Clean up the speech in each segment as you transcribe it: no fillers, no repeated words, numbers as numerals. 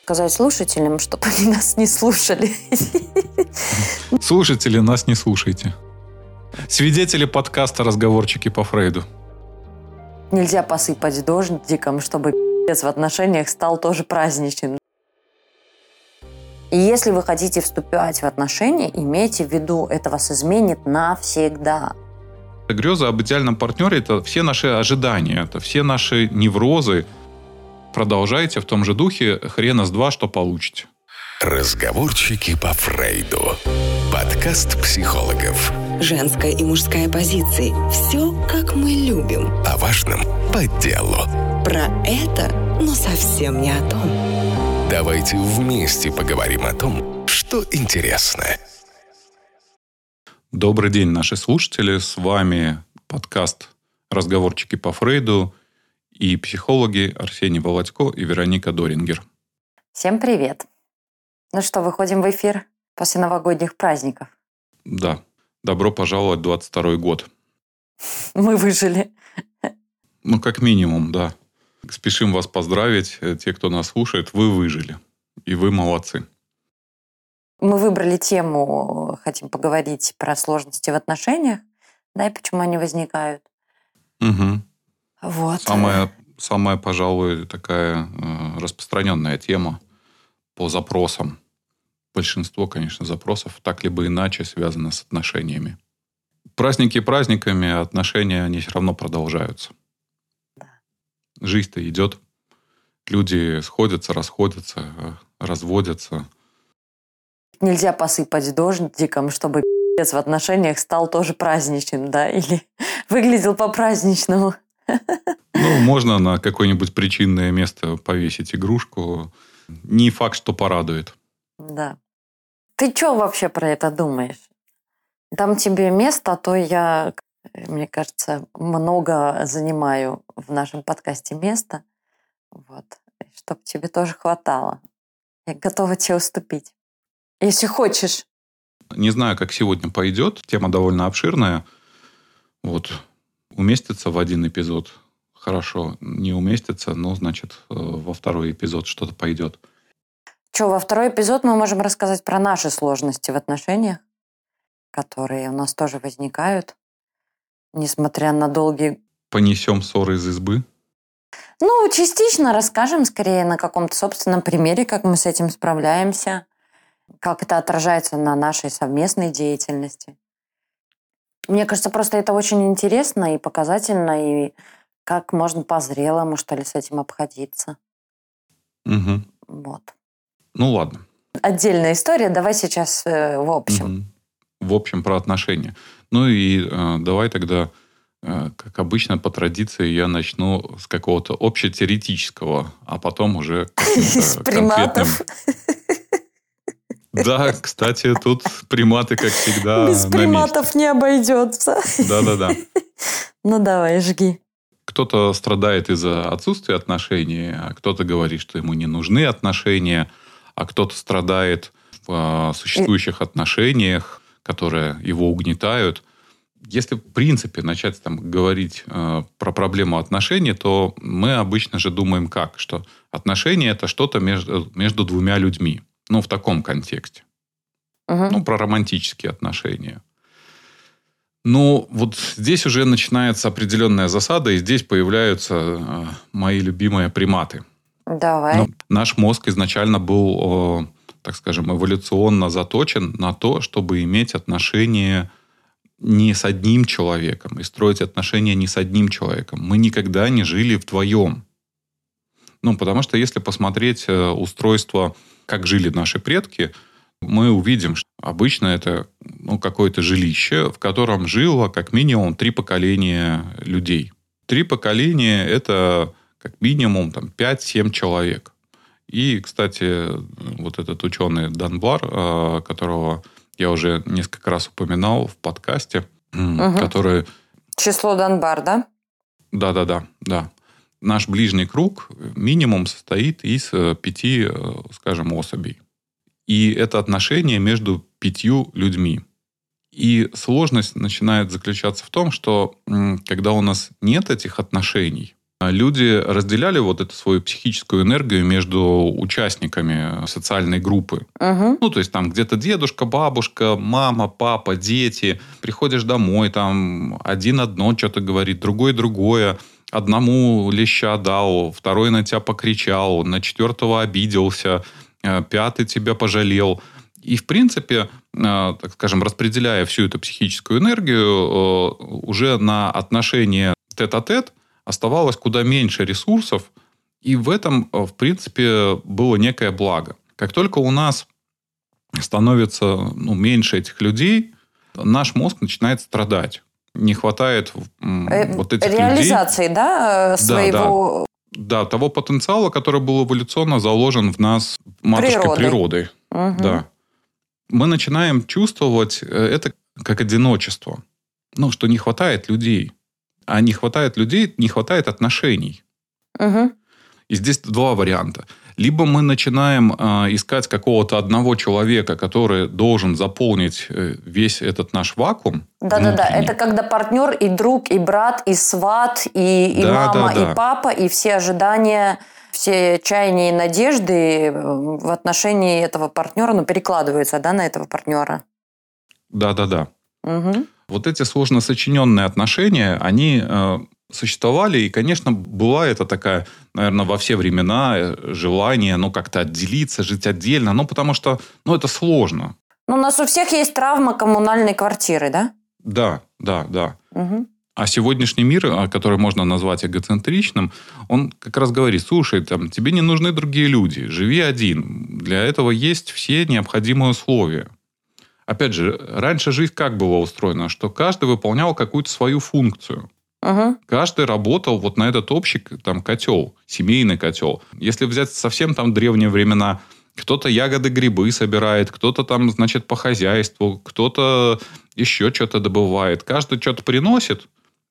сказать слушателям, чтобы они нас не слушали. Слушатели, нас не слушайте. Свидетели подкаста «Разговорчики по Фрейду». Нельзя посыпать дождиком, чтобы в отношениях стал тоже праздничен. И если вы хотите вступать в отношения, имейте в виду, это вас изменит навсегда. Грезы об идеальном партнере – это все наши ожидания, это все наши неврозы. Продолжайте в том же духе, хрена с два, что получите. Разговорчики по Фрейду. Подкаст психологов. Женская и мужская позиции. Все, как мы любим. О важном по делу. Про это, но совсем не о том. Давайте вместе поговорим о том, что интересно. Добрый день, наши слушатели. С вами подкаст «Разговорчики по Фрейду» и психологи Арсений Володько и Вероника Дорингер. Всем привет. Ну что, выходим в эфир после новогодних праздников. Да, добро пожаловать в 22 год. Мы выжили. Ну, как минимум, да. Спешим вас поздравить. Те, кто нас слушает, вы выжили. И вы молодцы. Мы выбрали тему, хотим поговорить про сложности в отношениях, да, и почему они возникают. Угу. Вот. Самая, пожалуй, такая распространенная тема по запросам. Большинство, конечно, запросов так либо иначе связано с отношениями. Праздники праздниками, а отношения, они все равно продолжаются. Да. Жизнь-то идет. Люди сходятся, расходятся, разводятся. Нельзя посыпать дождиком, чтобы в отношениях стал тоже праздничен, да, или выглядел по-праздничному. Ну, можно на какое-нибудь причинное место повесить игрушку. Не факт, что порадует. Да. Ты что вообще про это думаешь? Дам тебе место, а то я, мне кажется, много занимаю в нашем подкасте места. Вот. Чтобы тебе тоже хватало. Я готова тебе уступить. Если хочешь. Не знаю, как сегодня пойдет. Тема довольно обширная. Вот. Уместится в один эпизод. Хорошо. Не уместится, но, значит, во второй эпизод что-то пойдет. Что, во второй эпизод мы можем рассказать про наши сложности в отношениях, которые у нас тоже возникают, несмотря на долгие... Понесем ссоры из избы? Ну, частично расскажем, скорее, на каком-то собственном примере, как мы с этим справляемся, как это отражается на нашей совместной деятельности. Мне кажется, просто это очень интересно и показательно, и как можно по-зрелому, что ли, с этим обходиться. Угу. Вот. Ну, ладно. Отдельная история. Давай сейчас в общем. Угу. В общем, про отношения. Ну и давай тогда, как обычно, по традиции, я начну с какого-то общетеоретического, а потом уже с приматов. Да, кстати, тут приматы, как всегда, без приматов не обойдется. Да-да-да. Ну, давай, жги. Кто-то страдает из-за отсутствия отношений, а кто-то говорит, что ему не нужны отношения, а кто-то страдает в существующих отношениях, которые его угнетают. Если, в принципе, начать говорить про проблему отношений, то мы обычно же думаем как? Что отношения – это что-то между двумя людьми. Ну, в таком контексте. Угу. Ну, про романтические отношения. Ну, вот здесь уже начинается определенная засада, и здесь появляются мои любимые приматы. Давай. Но наш мозг изначально был, так скажем, эволюционно заточен на то, чтобы иметь отношения не с одним человеком и строить отношения не с одним человеком. Мы никогда не жили вдвоем. Ну, потому что если посмотреть устройство, как жили наши предки, мы увидим, что обычно это какое-то жилище, в котором жило как минимум 3 поколения людей. 3 поколения – это как минимум 5-7 человек. И, кстати, вот этот ученый Данбар, которого я уже несколько раз упоминал в подкасте, который... Число Данбар, да? Да. Наш ближний круг минимум состоит из 5, скажем, особей. И это отношение между 5 людьми. И сложность начинает заключаться в том, что когда у нас нет этих отношений, люди разделяли вот эту свою психическую энергию между участниками социальной группы. Угу. Ну, то есть там где-то дедушка, бабушка, мама, папа, дети. Приходишь домой, там один одно что-то говорит, другой другое. Одному леща дал, второй на тебя покричал, на четвертого обиделся, пятый тебя пожалел. И, в принципе, так скажем, распределяя всю эту психическую энергию, уже на отношения тет-а-тет оставалось куда меньше ресурсов, и в этом, в принципе, было некое благо. Как только у нас становится меньше этих людей, наш мозг начинает страдать. Не хватает вот этих реализации, людей. Да, своего... Да, того потенциала, который был эволюционно заложен в нас матушкой природой. Угу. Да. Мы начинаем чувствовать это как одиночество. Что не хватает людей. А не хватает людей, не хватает отношений. Угу. И здесь два варианта. Либо мы начинаем искать какого-то одного человека, который должен заполнить весь этот наш вакуум. Да. Это когда партнер, и друг, и брат, и сват, и мама, и папа, и все ожидания, все чаяния и надежды в отношении этого партнера перекладываются, на этого партнера. Да. Угу. Вот эти сложно сочиненные отношения, они существовали, и, конечно, была это такая, наверное, во все времена желание, как-то отделиться, жить отдельно, потому что, это сложно. У нас у всех есть травма коммунальной квартиры, да? Да. Угу. А сегодняшний мир, который можно назвать эгоцентричным, он как раз говорит: слушай, тебе не нужны другие люди, живи один. Для этого есть все необходимые условия. Опять же, раньше жизнь как была устроена? Что каждый выполнял какую-то свою функцию. Угу. Каждый работал на этот общий котел, семейный котел. Если взять совсем древние времена, кто-то ягоды, грибы собирает, кто-то по хозяйству, кто-то еще что-то добывает. Каждый что-то приносит,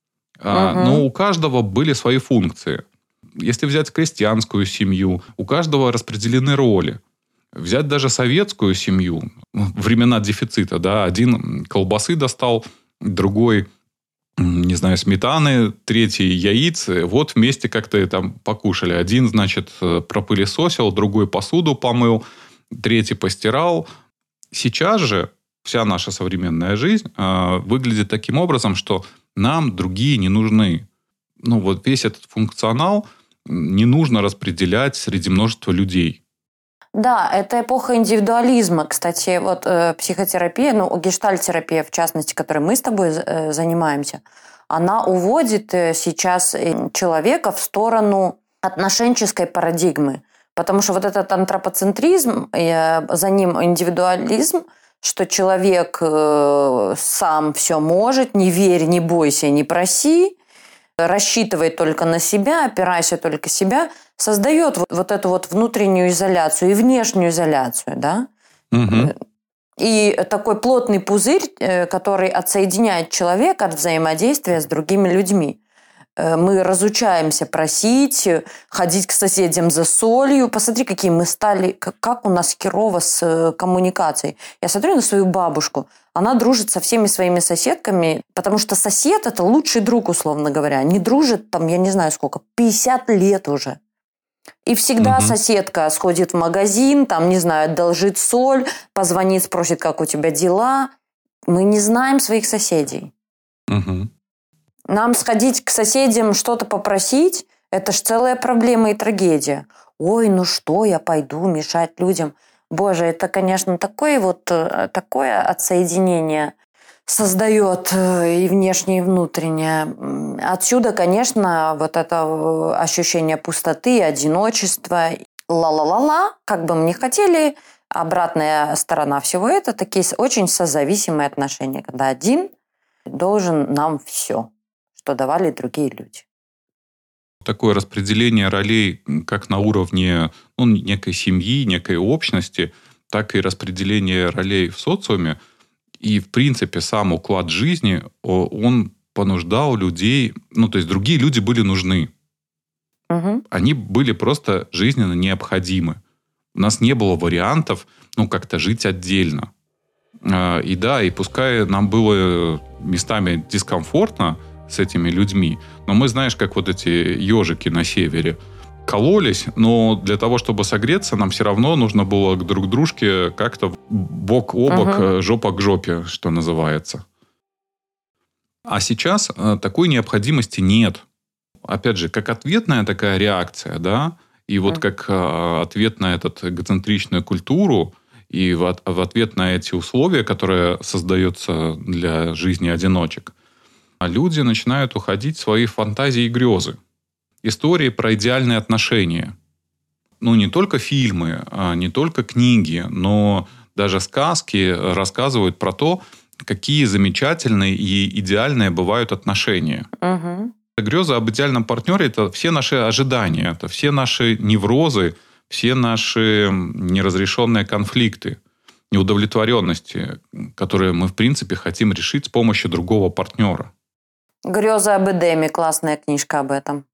но у каждого были свои функции. Если взять крестьянскую семью, у каждого распределены роли. Взять даже советскую семью, времена дефицита, один колбасы достал, другой, не знаю, сметаны, третий яиц, вот вместе как-то покушали. Один, пропылесосил, другой посуду помыл, третий постирал. Сейчас же вся наша современная жизнь выглядит таким образом, что нам другие не нужны. Весь этот функционал не нужно распределять среди множества людей. Да, это эпоха индивидуализма. Кстати, психотерапия, гештальт-терапия, в частности, которой мы с тобой занимаемся, она уводит сейчас человека в сторону отношенческой парадигмы. Потому что этот антропоцентризм, за ним индивидуализм, что человек сам все может, не верь, не бойся, не проси, рассчитывай только на себя, опирайся только на себя, создает эту внутреннюю изоляцию и внешнюю изоляцию, да? Угу. И такой плотный пузырь, который отсоединяет человека от взаимодействия с другими людьми. Мы разучаемся просить, ходить к соседям за солью. Посмотри, какие мы стали, как у нас херово с коммуникацией. Я смотрю на свою бабушку. Она дружит со всеми своими соседками, потому что сосед – это лучший друг, условно говоря. Не дружит, я не знаю сколько, 50 лет уже. И всегда соседка сходит в магазин, не знаю, одолжит соль, позвонит, спросит, как у тебя дела. Мы не знаем своих соседей. Угу. Нам сходить к соседям что-то попросить – это ж целая проблема и трагедия. Ой, что я пойду мешать людям? Боже, это, конечно, такое отсоединение создает и внешнее, и внутреннее. Отсюда, конечно, это ощущение пустоты, одиночества. Ла-ла-ла-ла, как бы мы ни хотели, обратная сторона всего это такие очень созависимые отношения, когда один должен нам все, что давали другие люди. Такое распределение ролей как на уровне некой семьи, некой общности, так и распределение ролей в социуме. И, в принципе, сам уклад жизни, он понуждал людей... то есть, другие люди были нужны. Угу. Они были просто жизненно необходимы. У нас не было вариантов, как-то жить отдельно. И пускай нам было местами дискомфортно с этими людьми. Но мы, знаешь, как вот эти ежики на севере, кололись, но для того, чтобы согреться, нам все равно нужно было друг к дружке как-то бок о бок, жопа к жопе, что называется. А сейчас такой необходимости нет. Опять же, как ответная такая реакция, да, и вот как ответ на эту эгоцентричную культуру, и в ответ на эти условия, которые создаются для жизни одиночек, люди начинают уходить в свои фантазии и грезы. Истории про идеальные отношения. Ну, не только фильмы, не только книги, но даже сказки рассказывают про то, какие замечательные и идеальные бывают отношения. Грезы об идеальном партнере – это все наши ожидания, это все наши неврозы, все наши неразрешенные конфликты, неудовлетворенности, которые мы, в принципе, хотим решить с помощью другого партнера. «Грезы об Эдеме» – классная книжка об этом.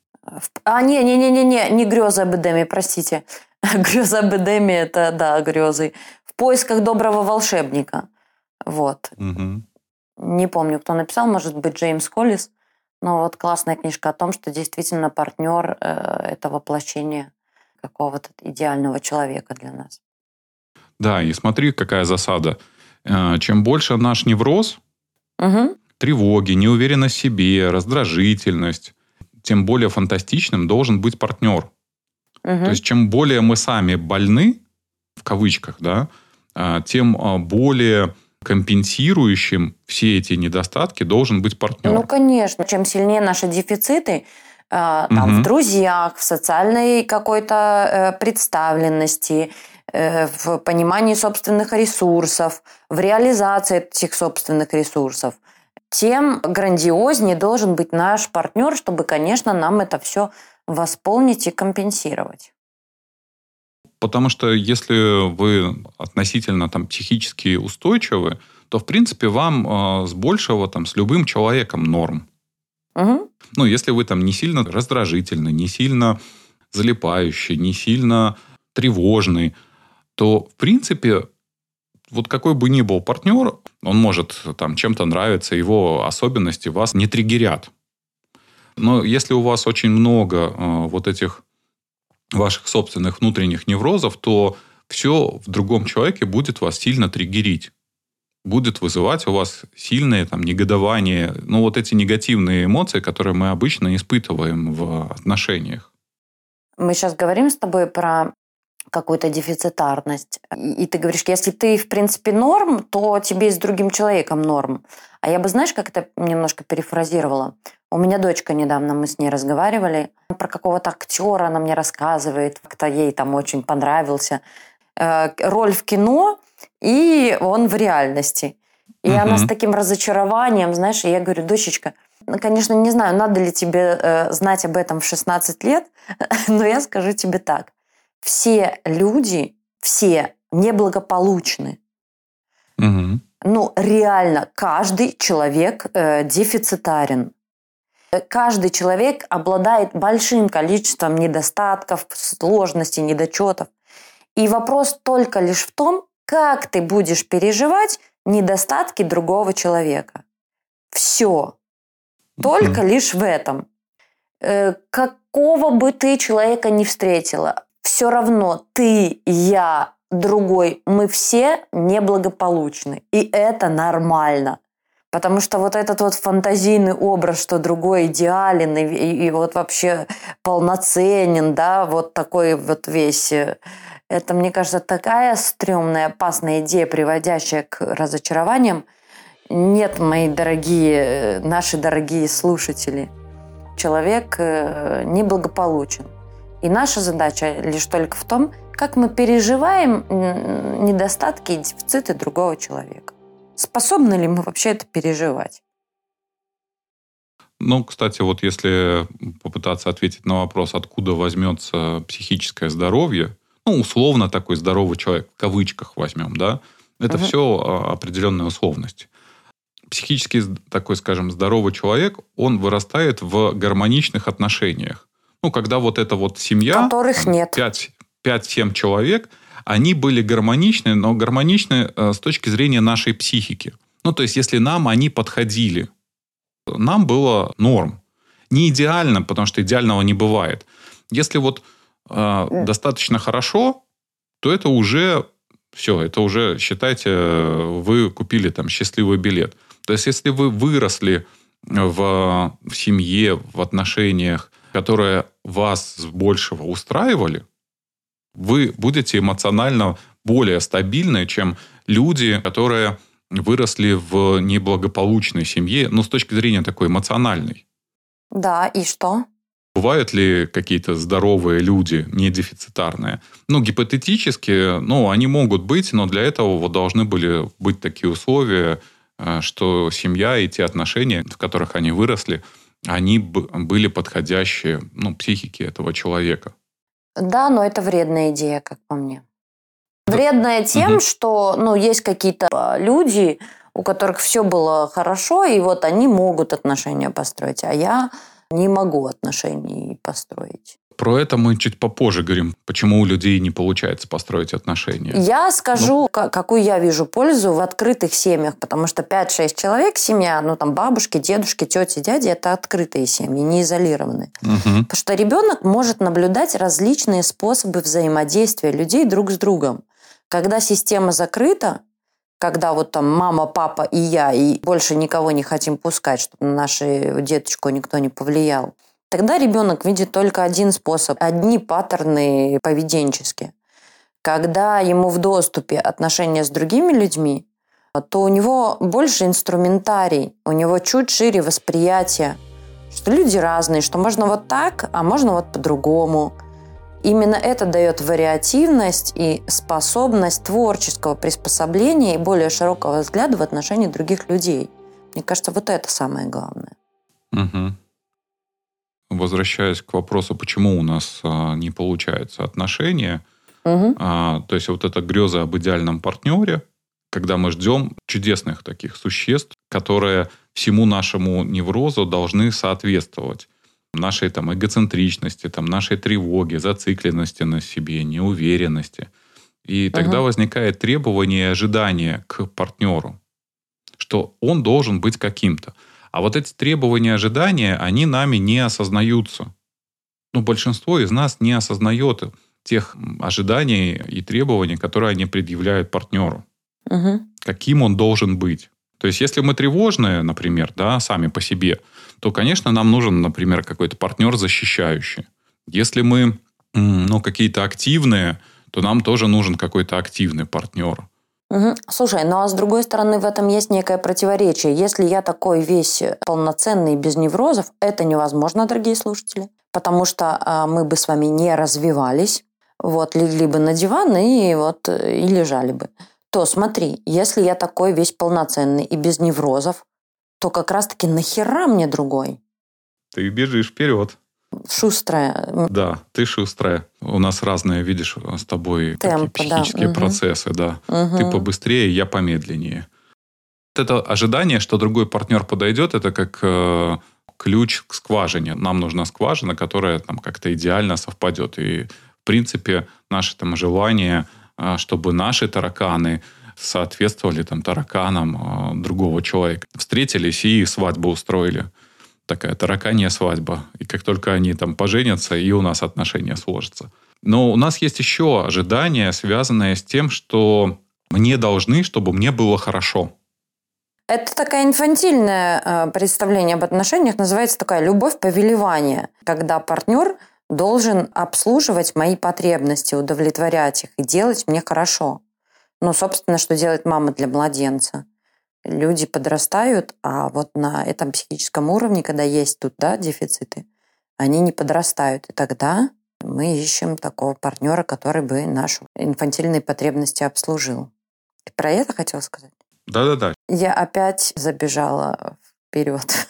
Не «Грезы об Эдеме», простите. «Грезы об Эдеме» – это, да, «Грезы». «В поисках доброго волшебника». Вот. Не помню, кто написал, может быть, Джеймс Холлис. Но вот классная книжка о том, что действительно партнер – это воплощение какого-то идеального человека для нас. Да, и смотри, какая засада. Чем больше наш невроз, тревоги, неуверенность в себе, раздражительность, тем более фантастичным должен быть партнер. То есть, чем более мы сами больны, в кавычках, да, тем более компенсирующим все эти недостатки должен быть партнер. Ну, конечно. Чем сильнее наши дефициты, там, в друзьях, в социальной какой-то представленности, в понимании собственных ресурсов, в реализации этих собственных ресурсов, тем грандиознее должен быть наш партнер, чтобы, конечно, нам это все восполнить и компенсировать. Потому что если вы относительно там, психически устойчивы, то, в принципе, вам с большего там, с любым человеком норм. Ну, если вы там не сильно раздражительны, не сильно залипающий, не сильно тревожный, то, в принципе, вот какой бы ни был партнер, он может там чем-то нравиться, его особенности вас не триггерят. Но если у вас очень много вот этих ваших собственных внутренних неврозов, то все в другом человеке будет вас сильно триггерить. Будет вызывать у вас сильное там, негодование. Ну, вот эти негативные эмоции, которые мы обычно испытываем в отношениях. Мы сейчас говорим с тобой про какую-то дефицитарность. И ты говоришь, если ты, в принципе, норм, то тебе и с другим человеком норм. А я бы, знаешь, как это немножко перефразировала? У меня дочка недавно, мы с ней разговаривали, про какого-то актера она мне рассказывает, как-то ей там очень понравился. Роль в кино, и он в реальности. И она с таким разочарованием, знаешь, и я говорю, дочечка, ну, конечно, не знаю, надо ли тебе знать об этом в 16 лет, но я скажу тебе так. Все люди, все неблагополучны. Ну, реально, каждый человек дефицитарен. Каждый человек обладает большим количеством недостатков, сложностей, недочетов. И вопрос только лишь в том, как ты будешь переживать недостатки другого человека. Все. Только лишь в этом. Какого бы ты человека ни встретила, все равно ты, я, другой, мы все неблагополучны. И это нормально. Потому что вот этот вот фантазийный образ, что другой идеален и вот вообще полноценен, да, вот такой вот весь... Это, мне кажется, такая стрёмная, опасная идея, приводящая к разочарованиям. Нет, мои дорогие, наши дорогие слушатели, человек неблагополучен. И наша задача лишь только в том, как мы переживаем недостатки и дефициты другого человека. Способны ли мы вообще это переживать? Ну, кстати, вот если попытаться ответить на вопрос, откуда возьмется психическое здоровье, ну, условно такой здоровый человек, в кавычках возьмем, да, это все определенные условности. Психически такой, скажем, здоровый человек, он вырастает в гармоничных отношениях. Ну, когда вот эта вот семья, которых нет. 5-7 человек, они были гармоничны, но гармоничны с точки зрения нашей психики. Ну, то есть, если нам они подходили. нам было норм. Не идеально, потому что идеального не бывает. Если достаточно хорошо, то это уже все, это уже, считайте, вы купили там счастливый билет. То есть, если вы выросли в семье, в отношениях, которые вас с большего устраивали, вы будете эмоционально более стабильны, чем люди, которые выросли в неблагополучной семье, с точки зрения такой эмоциональной. Да, и что? Бывают ли какие-то здоровые люди, не дефицитарные? Гипотетически, они могут быть, но для этого должны были быть такие условия, что семья и те отношения, в которых они выросли, они были подходящие психике этого человека. Да, но это вредная идея, как по мне. Вредная тем, что есть какие-то люди, у которых все было хорошо, и вот они могут отношения построить, а я не могу отношений построить. Про это мы чуть попозже говорим, почему у людей не получается построить отношения. Я скажу, какую я вижу пользу в открытых семьях, потому что 5-6 человек семья, бабушки, дедушки, тети, дяди, это открытые семьи, не изолированные. Потому что ребенок может наблюдать различные способы взаимодействия людей друг с другом. Когда система закрыта, когда мама, папа и я, и больше никого не хотим пускать, чтобы на нашу деточку никто не повлиял, тогда ребенок видит только один способ, одни паттерны поведенческие. Когда ему в доступе отношения с другими людьми, то у него больше инструментарий, у него чуть шире восприятие, что люди разные, что можно вот так, а можно вот по-другому. Именно это дает вариативность и способность творческого приспособления и более широкого взгляда в отношении других людей. Мне кажется, вот это самое главное. Угу. Возвращаясь к вопросу, почему у нас не получаются отношения, то есть вот эта греза об идеальном партнере, когда мы ждем чудесных таких существ, которые всему нашему неврозу должны соответствовать. Нашей эгоцентричности, нашей тревоге, зацикленности на себе, неуверенности. И тогда возникает требование и ожидание к партнеру, что он должен быть каким-то. А вот эти требования и ожидания, они нами не осознаются. Большинство из нас не осознает тех ожиданий и требований, которые они предъявляют партнеру. Каким он должен быть. То есть, если мы тревожные, например, сами по себе, то, конечно, нам нужен, например, какой-то партнер защищающий. Если мы какие-то активные, то нам тоже нужен какой-то активный партнер. Слушай, а с другой стороны, в этом есть некое противоречие. Если я такой весь полноценный, без неврозов, это невозможно, дорогие слушатели, потому что мы бы с вами не развивались, легли бы на диван и лежали бы. То смотри, если я такой весь полноценный и без неврозов, то как раз-таки нахера мне другой? Ты бежишь вперед. Шустрая. Да, ты шустрая. У нас разные, видишь, с тобой такие психические процессы. Да. Ты побыстрее, я помедленнее. Это ожидание, что другой партнер подойдет, это как ключ к скважине. Нам нужна скважина, которая как-то идеально совпадет. И, в принципе, наше желание, чтобы наши тараканы соответствовали тараканам другого человека. Встретились и свадьбу устроили. Такая тараканья свадьба. И как только они поженятся, и у нас отношения сложатся. Но у нас есть еще ожидания, связанные с тем, что мне должны, чтобы мне было хорошо. Это такое инфантильное представление об отношениях, называется такая любовь повелевания, когда партнер должен обслуживать мои потребности, удовлетворять их и делать мне хорошо. Собственно, что делает мама для младенца. Люди подрастают, а на этом психическом уровне, когда есть тут дефициты, они не подрастают. И тогда мы ищем такого партнера, который бы наши инфантильные потребности обслужил. Ты про это хотел сказать? Да. Я опять забежала вперед.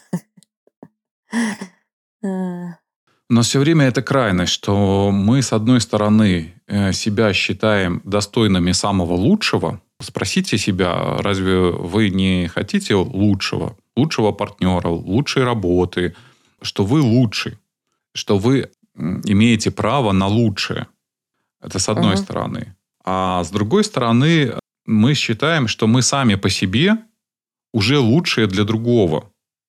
Но все время это крайность, что мы, с одной стороны, себя считаем достойными самого лучшего. Спросите себя, разве вы не хотите лучшего партнера, лучшей работы, что вы лучший, что вы имеете право на лучшее. Это с одной стороны. А с другой стороны, мы считаем, что мы сами по себе уже лучшие для другого.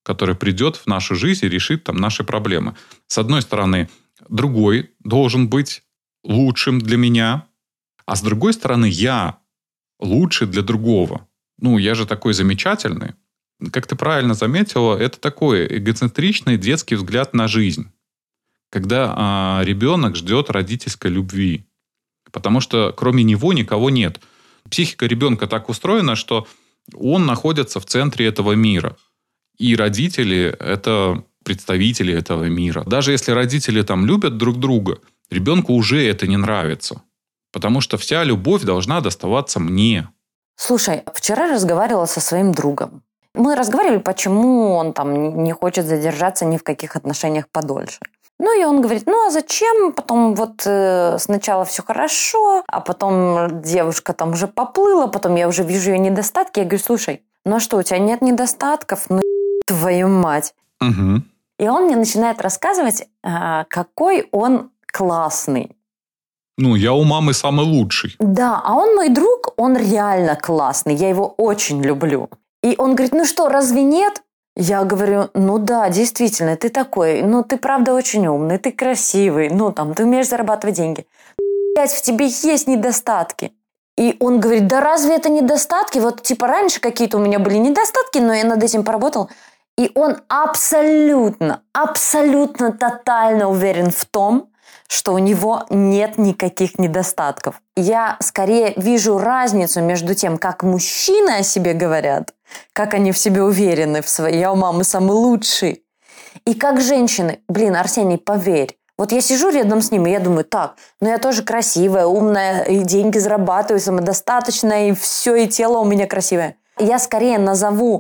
который придет в нашу жизнь и решит там наши проблемы. С одной стороны, другой должен быть лучшим для меня, а с другой стороны, я лучше для другого. Я же такой замечательный. Как ты правильно заметила, это такой эгоцентричный детский взгляд на жизнь, когда ребенок ждет родительской любви, потому что кроме него никого нет. Психика ребенка так устроена, что он находится в центре этого мира. И родители – это представители этого мира. Даже если родители там любят друг друга, ребенку уже это не нравится. Потому что вся любовь должна доставаться мне. Слушай, вчера разговаривала со своим другом. Мы разговаривали, почему он там не хочет задержаться ни в каких отношениях подольше. И он говорит, а зачем? Потом сначала все хорошо, а потом девушка там уже поплыла, потом я уже вижу ее недостатки. Я говорю, слушай, а что, у тебя нет недостатков? Твою мать. Угу. И он мне начинает рассказывать, какой он классный. Я у мамы самый лучший. Да, а он мой друг, он реально классный, я его очень люблю. И он говорит, разве нет? Я говорю, да, действительно, ты такой, ты правда очень умный, ты красивый, ты умеешь зарабатывать деньги. Блять, в тебе есть недостатки. И он говорит, да разве это недостатки? Раньше какие-то у меня были недостатки, но я над этим поработал. И он абсолютно, тотально уверен в том, что у него нет никаких недостатков. Я скорее вижу разницу между тем, как мужчины о себе говорят, как они в себе уверены, я у мамы самый лучший, и как женщины. Арсений, поверь, я сижу рядом с ним, и я думаю, я тоже красивая, умная, и деньги зарабатываю, самодостаточная, и все, и тело у меня красивое. Я скорее назову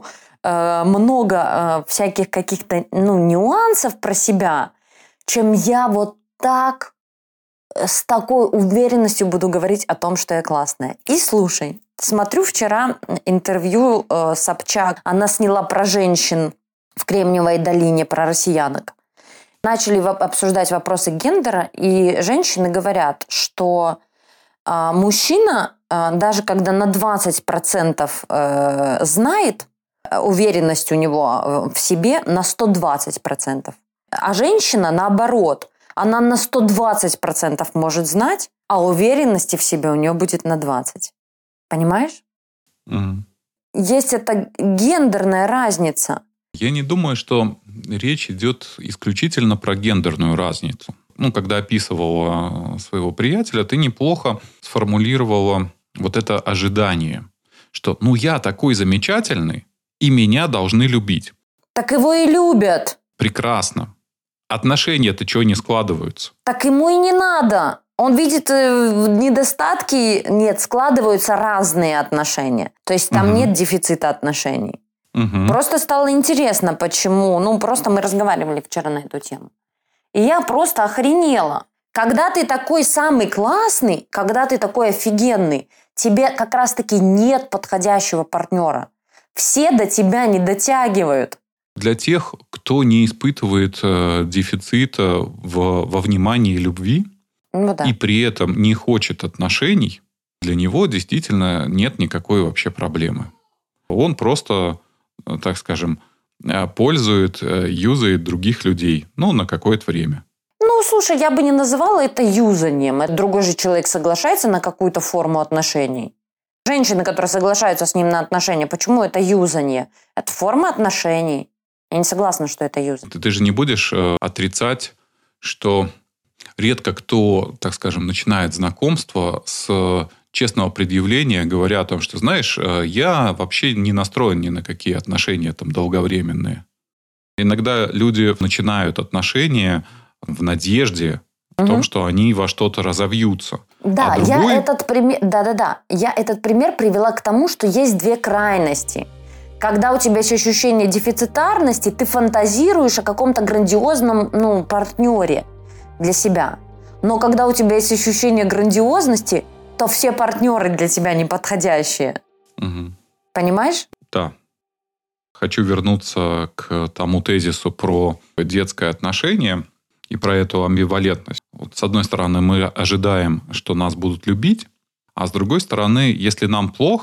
много всяких каких-то нюансов про себя, чем я так с такой уверенностью буду говорить о том, что я классная. И слушай, смотрю вчера интервью Собчак. Она сняла про женщин в Кремниевой долине, про россиянок. Начали обсуждать вопросы гендера, и женщины говорят, что мужчина, даже когда на 20% знает, уверенность у него в себе на 120%. А женщина, наоборот, она на 120% может знать, а уверенности в себе у нее будет на 20%. Понимаешь? Угу. Есть эта гендерная разница. Я не думаю, что речь идет исключительно про гендерную разницу. Когда описывала своего приятеля, ты неплохо сформулировала это ожидание, что я такой замечательный, и меня должны любить. Так его и любят. Прекрасно. Отношения-то чего не складываются? Так ему и не надо. Он видит недостатки. Нет, складываются разные отношения. То есть там нет дефицита отношений. Просто стало интересно, почему. Просто мы разговаривали вчера на эту тему. И я просто охренела. Когда ты такой самый классный, когда ты такой офигенный, тебе как раз-таки нет подходящего партнера. Все до тебя не дотягивают. Для тех, кто не испытывает дефицита во внимании и любви, и при этом не хочет отношений, для него действительно нет никакой вообще проблемы. Он просто, так скажем, юзает других людей, на какое-то время. Слушай, я бы не называла это юзанием. Другой же человек соглашается на какую-то форму отношений. Женщины, которые соглашаются с ним на отношения, почему это юзание? Это форма отношений. Я не согласна, что это юзание. Ты же не будешь отрицать, что редко кто, так скажем, начинает знакомство с честного предъявления, говоря о том, что, знаешь, я вообще не настроен ни на какие отношения долговременные. Иногда люди начинают отношения в надежде в том, что они во что-то разовьются. Да, я этот пример привела к тому, что есть две крайности. Когда у тебя есть ощущение дефицитарности, ты фантазируешь о каком-то грандиозном партнере для себя. Но когда у тебя есть ощущение грандиозности, то все партнеры для тебя неподходящие. Угу. Понимаешь? Да. Хочу вернуться к тому тезису про детское отношение и про эту амбивалентность. С одной стороны, мы ожидаем, что нас будут любить, а с другой стороны, если нам плохо,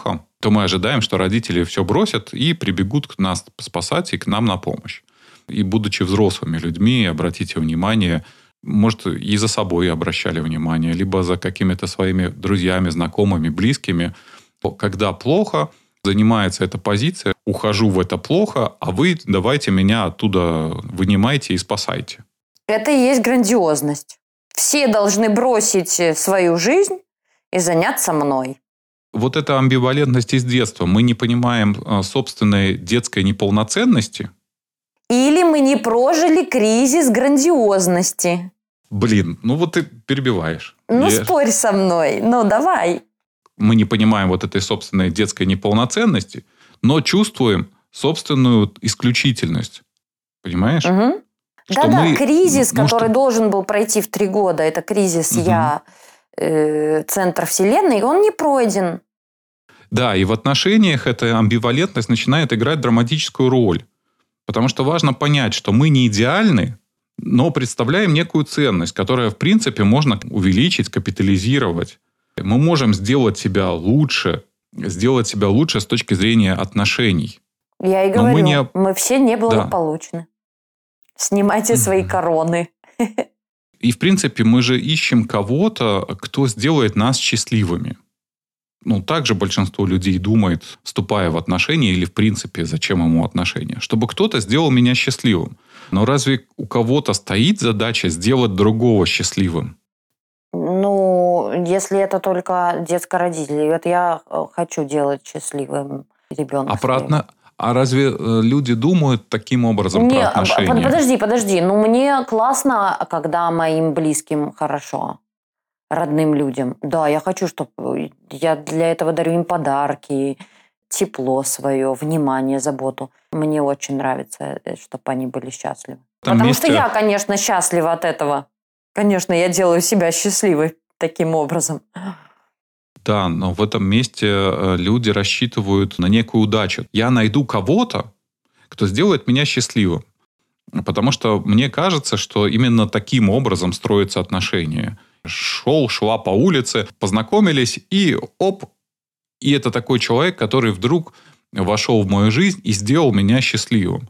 то мы ожидаем, что родители все бросят и прибегут к нас спасать и к нам на помощь. И будучи взрослыми людьми, обратите внимание, может, и за собой обращали внимание, либо за какими-то своими друзьями, знакомыми, близкими. Когда плохо, занимается эта позиция, ухожу в это плохо, а вы давайте меня оттуда вынимайте и спасайте. Это и есть грандиозность. Все должны бросить свою жизнь и заняться мной. Вот эта амбивалентность из детства. Мы не понимаем собственной детской неполноценности. Или мы не прожили кризис грандиозности. Блин, ну вот ты перебиваешь. Спорь со мной. Давай. Мы не понимаем вот этой собственной детской неполноценности, но чувствуем собственную исключительность. Понимаешь? Угу. Да-да, кризис, который должен был пройти в 3 года, это кризис «я», центр Вселенной, он не пройден. Да, и в отношениях эта амбивалентность начинает играть драматическую роль. Потому что важно понять, что мы не идеальны, но представляем некую ценность, которая, в принципе, можно увеличить, капитализировать. Мы можем сделать себя лучше с точки зрения отношений. Я и говорю, мы все неблагополучны. Да. Снимайте свои короны. И, в принципе, мы же ищем кого-то, кто сделает нас счастливыми. Также большинство людей думает, вступая в отношения или, в принципе, зачем ему отношения. Чтобы кто-то сделал меня счастливым. Но разве у кого-то стоит задача сделать другого счастливым? Если это только детско-родители. Вот я хочу делать счастливым ребенка. А разве люди думают таким образом про отношения? Подожди. Мне классно, когда моим близким хорошо. Родным людям. Да, я хочу, чтобы я для этого дарю им подарки, тепло свое, внимание, заботу. Мне очень нравится, чтобы они были счастливы. Потому что я, конечно, счастлива от этого. Конечно, я делаю себя счастливой таким образом. Да, но в этом месте люди рассчитывают на некую удачу. Я найду кого-то, кто сделает меня счастливым. Потому что мне кажется, что именно таким образом строятся отношения. Шла по улице, познакомились, и и это такой человек, который вдруг вошел в мою жизнь и сделал меня счастливым.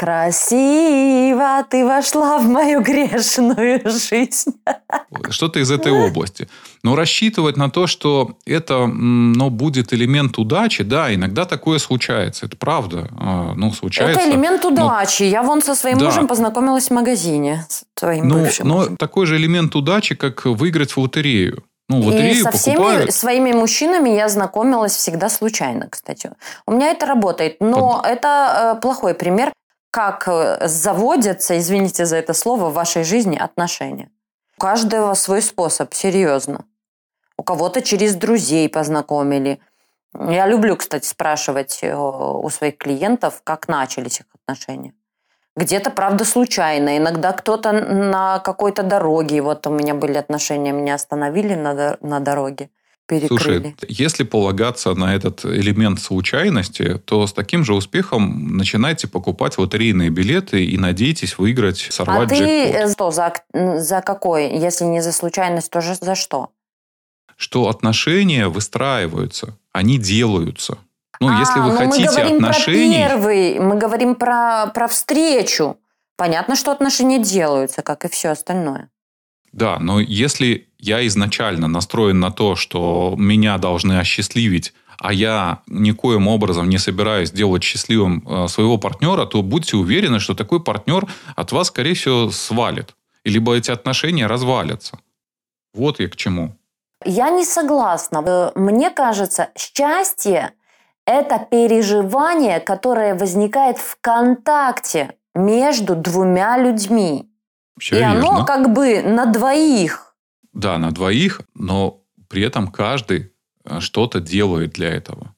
Красиво ты вошла в мою грешную жизнь. Что-то из этой области. Но рассчитывать на то, что это будет элемент удачи, да, иногда такое случается. Это правда. Случается. Это элемент удачи. Я со своим мужем познакомилась в магазине. С твоим бывшим мужем. Но такой же элемент удачи, как выиграть в лотерею. И со всеми своими мужчинами я знакомилась всегда случайно, кстати. У меня это работает. Но это плохой пример, как заводятся, извините за это слово, в вашей жизни отношения. У каждого свой способ, серьезно. У кого-то через друзей познакомили. Я люблю, кстати, спрашивать у своих клиентов, как начались их отношения. Где-то, правда, случайно. Иногда кто-то на какой-то дороге. Вот у меня были отношения, меня остановили на дороге. Перекрыли. Слушай, если полагаться на этот элемент случайности, то с таким же успехом начинайте покупать лотерейные билеты и надейтесь выиграть, сорвать джекпот. А ты что, за какой? Если не за случайность, то за что? Что отношения выстраиваются, они делаются. Если вы хотите отношений... Мы говорим про встречу. Понятно, что отношения делаются, как и все остальное. Да, но если я изначально настроен на то, что меня должны осчастливить, а я никоим образом не собираюсь делать счастливым своего партнера, то будьте уверены, что такой партнер от вас, скорее всего, свалит. Либо эти отношения развалятся. Вот я к чему. Я не согласна. Мне кажется, счастье – это переживание, которое возникает в контакте между 2 людьми. Все и верно. Оно как бы на 2. Да, на 2, но при этом каждый что-то делает для этого.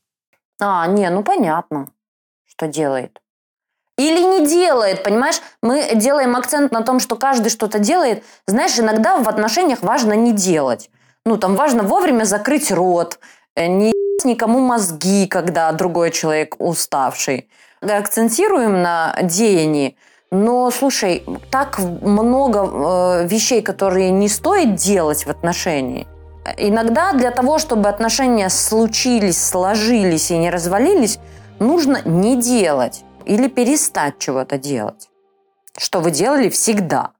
Понятно, что делает. Или не делает, понимаешь? Мы делаем акцент на том, что каждый что-то делает. Знаешь, иногда в отношениях важно не делать. Там важно вовремя закрыть рот, не никому мозги, когда другой человек уставший. Акцентируем на деянии. Но, слушай, так много вещей, которые не стоит делать в отношении. Иногда для того, чтобы отношения случились, сложились и не развалились, нужно не делать или перестать чего-то делать, что вы делали всегда.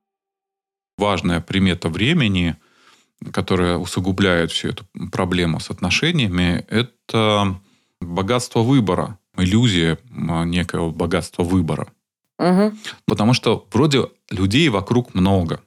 Важная примета времени, которая усугубляет всю эту проблему с отношениями, это богатство выбора, иллюзия некого богатства выбора. Угу. Потому что вроде людей вокруг много.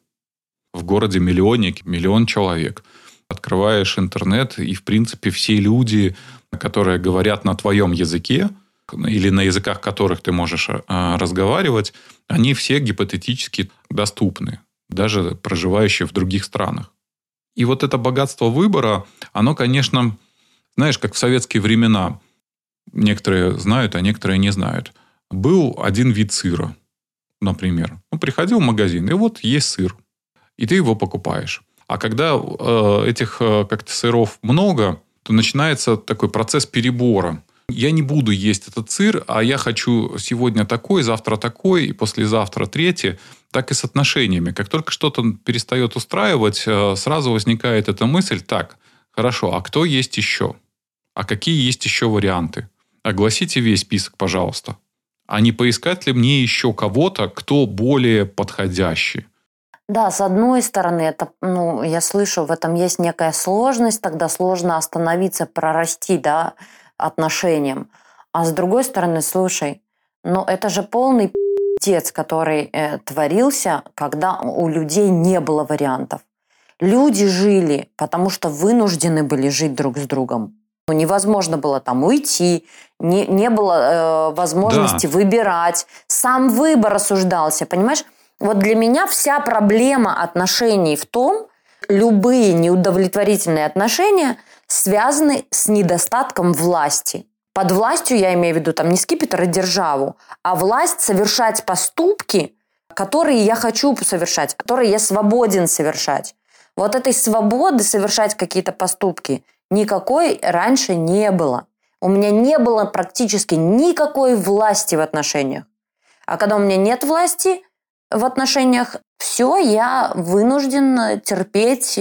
В городе миллионник, миллион человек. Открываешь интернет, и, в принципе, все люди, которые говорят на твоем языке или на языках которых ты можешь разговаривать, они все гипотетически доступны, даже проживающие в других странах. И вот это богатство выбора, оно, конечно, знаешь, как в советские времена, некоторые знают, а некоторые не знают. Был один вид сыра, например. Приходил в магазин, и вот есть сыр. И ты его покупаешь. А когда этих как-то сыров много, то начинается такой процесс перебора. Я не буду есть этот сыр, а я хочу сегодня такой, завтра такой, и послезавтра третий. Так и с отношениями. Как только что-то перестает устраивать, сразу возникает эта мысль: так, хорошо, а кто есть еще? А какие есть еще варианты? Огласите весь список, пожалуйста. А не поискать ли мне еще кого-то, кто более подходящий? Да, с одной стороны, это, я слышу, в этом есть некая сложность, тогда сложно остановиться, прорасти, да, отношениям. А с другой стороны, слушай, это же полный пиздец, который творился, когда у людей не было вариантов. Люди жили, потому что вынуждены были жить друг с другом. Невозможно было там уйти, не было возможности выбирать. Сам выбор осуждался, понимаешь? Вот для меня вся проблема отношений в том, любые неудовлетворительные отношения связаны с недостатком власти. Под властью я имею в виду не скипетр и державу, а власть совершать поступки, которые я хочу совершать, которые я свободен совершать. Вот этой свободы совершать какие-то поступки никакой раньше не было. У меня не было практически никакой власти в отношениях. А когда у меня нет власти в отношениях, все, я вынужден терпеть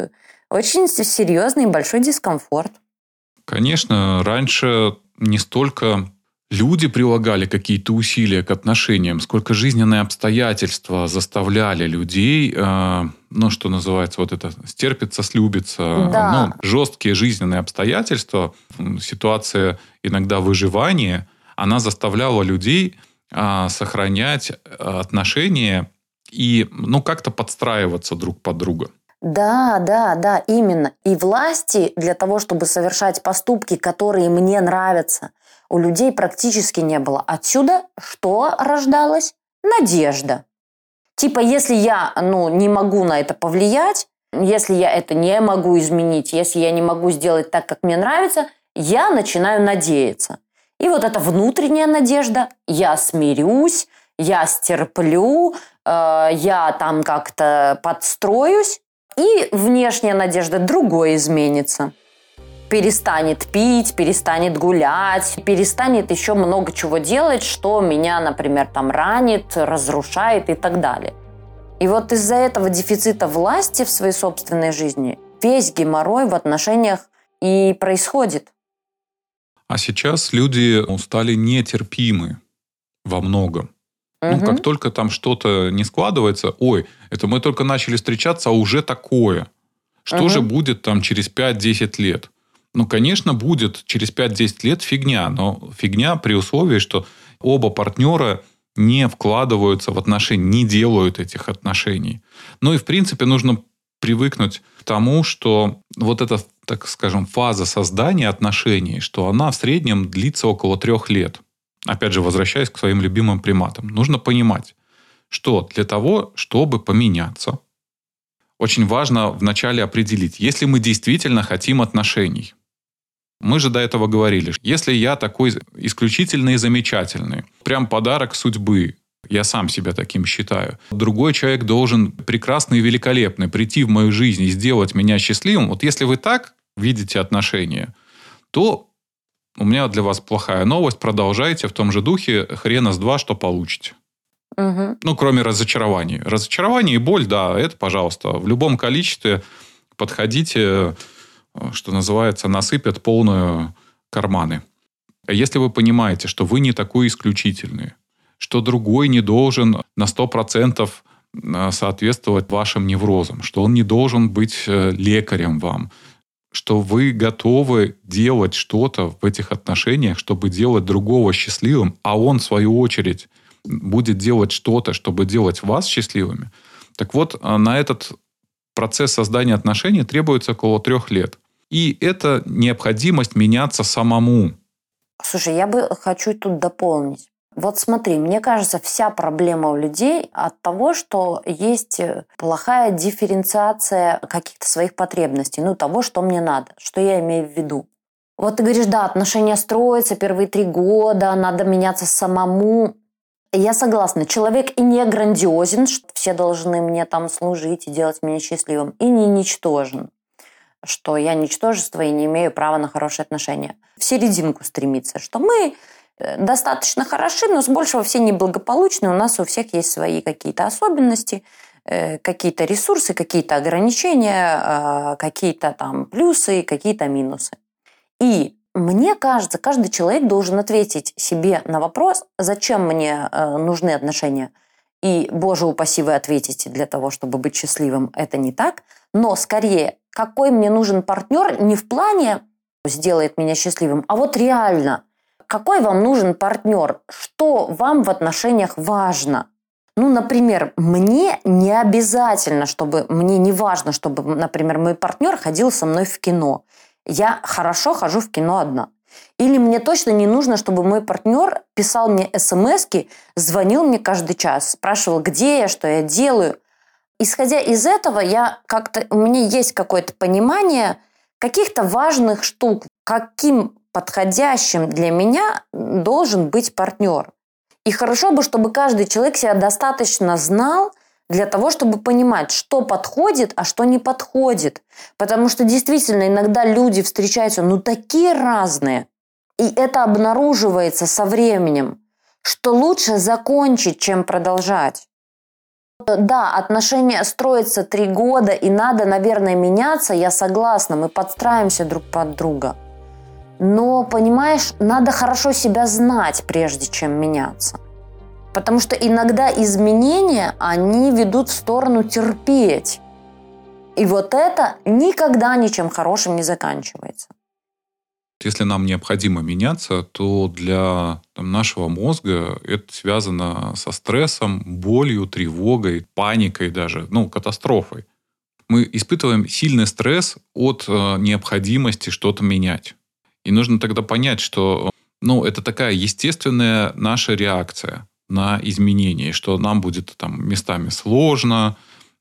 очень серьезный и большой дискомфорт. Конечно, раньше не столько люди прилагали какие-то усилия к отношениям, сколько жизненные обстоятельства заставляли людей, что называется, стерпиться, слюбиться. Да. Жесткие жизненные обстоятельства, ситуация иногда выживания, она заставляла людей сохранять отношения и как-то подстраиваться друг под друга. Да, именно. И власти для того, чтобы совершать поступки, которые мне нравятся, у людей практически не было. Отсюда что рождалось? Надежда. Если я не могу на это повлиять, если я это не могу изменить, если я не могу сделать так, как мне нравится, я начинаю надеяться. И вот эта внутренняя надежда: я смирюсь, я стерплю, я там как-то подстроюсь, и внешняя надежда другой изменится. Перестанет пить, перестанет гулять, перестанет еще много чего делать, что меня, например, ранит, разрушает и так далее. И вот из-за этого дефицита власти в своей собственной жизни весь геморрой в отношениях и происходит. А сейчас люди стали нетерпимы во многом. Как только там что-то не складывается, это мы только начали встречаться, а уже такое. Что же будет через 5-10 лет? Конечно, будет через 5-10 лет фигня, но фигня при условии, что оба партнера не вкладываются в отношения, не делают этих отношений. И, в принципе, нужно привыкнуть к тому, что вот эта, так скажем, фаза создания отношений, что она в среднем длится около 3 лет. Опять же, возвращаясь к своим любимым приматам. Нужно понимать, что для того, чтобы поменяться, очень важно вначале определить, если мы действительно хотим отношений. Мы же до этого говорили, если я такой исключительный и замечательный, прям подарок судьбы, я сам себя таким считаю, другой человек должен прекрасный и великолепный прийти в мою жизнь и сделать меня счастливым. Вот если вы так видите отношения, то у меня для вас плохая новость. Продолжайте в том же духе, хрена с два, что получите. Кроме разочарований. Разочарование и боль, да, это, пожалуйста, в любом количестве подходите, что называется, насыпят полные карманы. А если вы понимаете, что вы не такой исключительный, что другой не должен на 100% соответствовать вашим неврозам, что он не должен быть лекарем вам, что вы готовы делать что-то в этих отношениях, чтобы делать другого счастливым, а он, в свою очередь, будет делать что-то, чтобы делать вас счастливыми. Так вот, на этот процесс создания отношений требуется около 3 лет. И это необходимость меняться самому. Слушай, я бы хочу тут дополнить. Вот смотри, мне кажется, вся проблема у людей от того, что есть плохая дифференциация каких-то своих потребностей, того, что мне надо, что я имею в виду. Вот ты говоришь, да, отношения строятся первые 3 года, надо меняться самому. Я согласна, человек и не грандиозен, что все должны мне там служить и делать меня счастливым, и не ничтожен, что я ничтожество и не имею права на хорошие отношения. В серединку стремиться, что мы достаточно хороши, но с большего все неблагополучны. У нас у всех есть свои какие-то особенности, какие-то ресурсы, какие-то ограничения, какие-то там плюсы, какие-то минусы. И мне кажется, каждый человек должен ответить себе на вопрос, зачем мне нужны отношения. И, боже упаси, вы ответите для того, чтобы быть счастливым. Это не так. Но скорее, какой мне нужен партнер не в плане сделает меня счастливым, а вот реально, какой вам нужен партнер, что вам в отношениях важно. Например, мне не обязательно, мне не важно, чтобы, например, мой партнер ходил со мной в кино. Я хорошо хожу в кино одна. Или мне точно не нужно, чтобы мой партнер писал мне смски, звонил мне каждый час, спрашивал, где я, что я делаю. Исходя из этого, у меня есть какое-то понимание каких-то важных штук, каким подходящим для меня должен быть партнер. И хорошо бы, чтобы каждый человек себя достаточно знал для того, чтобы понимать, что подходит, а что не подходит. Потому что действительно иногда люди встречаются, такие разные. И это обнаруживается со временем, что лучше закончить, чем продолжать. Да, отношения строятся 3 года, и надо, наверное, меняться, я согласна, мы подстраиваемся друг под друга. Но, понимаешь, надо хорошо себя знать, прежде чем меняться. Потому что иногда изменения, они ведут в сторону терпеть. И вот это никогда ничем хорошим не заканчивается. Если нам необходимо меняться, то для нашего мозга это связано со стрессом, болью, тревогой, паникой даже, катастрофой. Мы испытываем сильный стресс от необходимости что-то менять. И нужно тогда понять, что это такая естественная наша реакция на изменения, что нам будет местами сложно,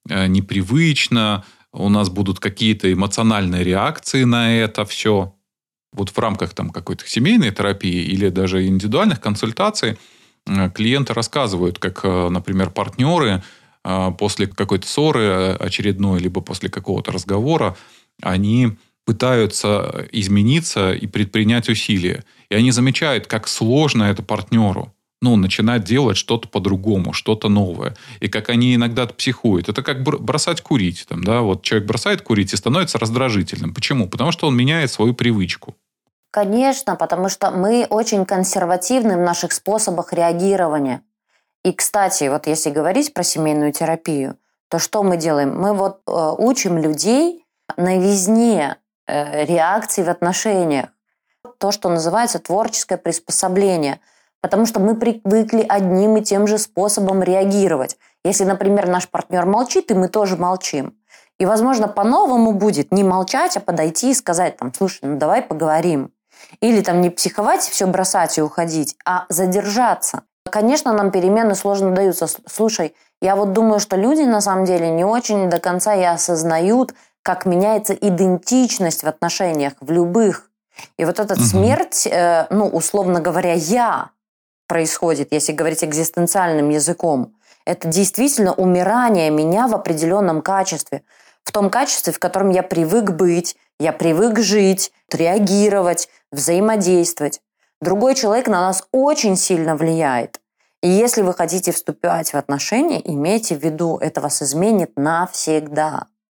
непривычно, у нас будут какие-то эмоциональные реакции на это все. Вот в рамках какой-то семейной терапии или даже индивидуальных консультаций клиенты рассказывают, как, например, партнеры после какой-то ссоры очередной, либо после какого-то разговора, они пытаются измениться и предпринять усилия. И они замечают, как сложно это партнеру. Начинать делать что-то по-другому, что-то новое. И как они иногда психуют. Это как бросать курить. Вот человек бросает курить и становится раздражительным. Почему? Потому что он меняет свою привычку. Конечно, потому что мы очень консервативны в наших способах реагирования. И, кстати, вот если говорить про семейную терапию, то что мы делаем? Мы учим людей новизне реакций в отношениях. То, что называется творческое приспособление. Потому что мы привыкли одним и тем же способом реагировать. Если, например, наш партнер молчит, и мы тоже молчим. И, возможно, по-новому будет не молчать, а подойти и сказать, слушай, давай поговорим. Или не психовать, все бросать и уходить, а задержаться. Конечно, нам перемены сложно даются. Слушай, я думаю, что люди на самом деле не очень до конца и осознают, как меняется идентичность в отношениях, в любых. И эта смерть, условно говоря, я происходит, если говорить экзистенциальным языком. Это действительно умирание меня в определенном качестве. В том качестве, в котором я привык быть, я привык жить, реагировать, взаимодействовать. Другой человек на нас очень сильно влияет. И если вы хотите вступать в отношения, имейте в виду, это вас изменит навсегда.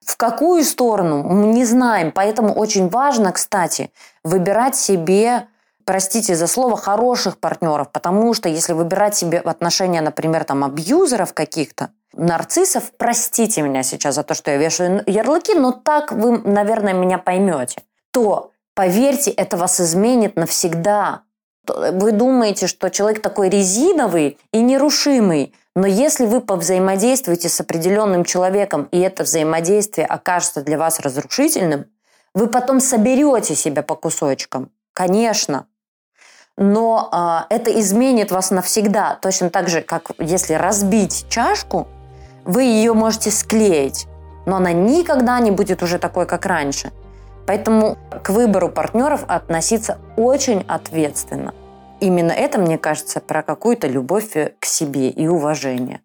В какую сторону? Мы не знаем. Поэтому очень важно, кстати, выбирать себе, простите за слово, хороших партнеров. Потому что если выбирать себе отношения, например, там, абьюзеров каких-то, нарциссов, простите меня сейчас за то, что я вешаю ярлыки, но так вы, наверное, меня поймете, то, поверьте, это вас изменит навсегда. Вы думаете, что человек такой резиновый и нерушимый, но если вы повзаимодействуете с определенным человеком, и это взаимодействие окажется для вас разрушительным, вы потом соберете себя по кусочкам. Конечно. Но это изменит вас навсегда. Точно так же, как если разбить чашку, вы ее можете склеить, но она никогда не будет уже такой, как раньше. Поэтому к выбору партнеров относиться очень ответственно. Именно это, мне кажется, про какую-то любовь к себе и уважение.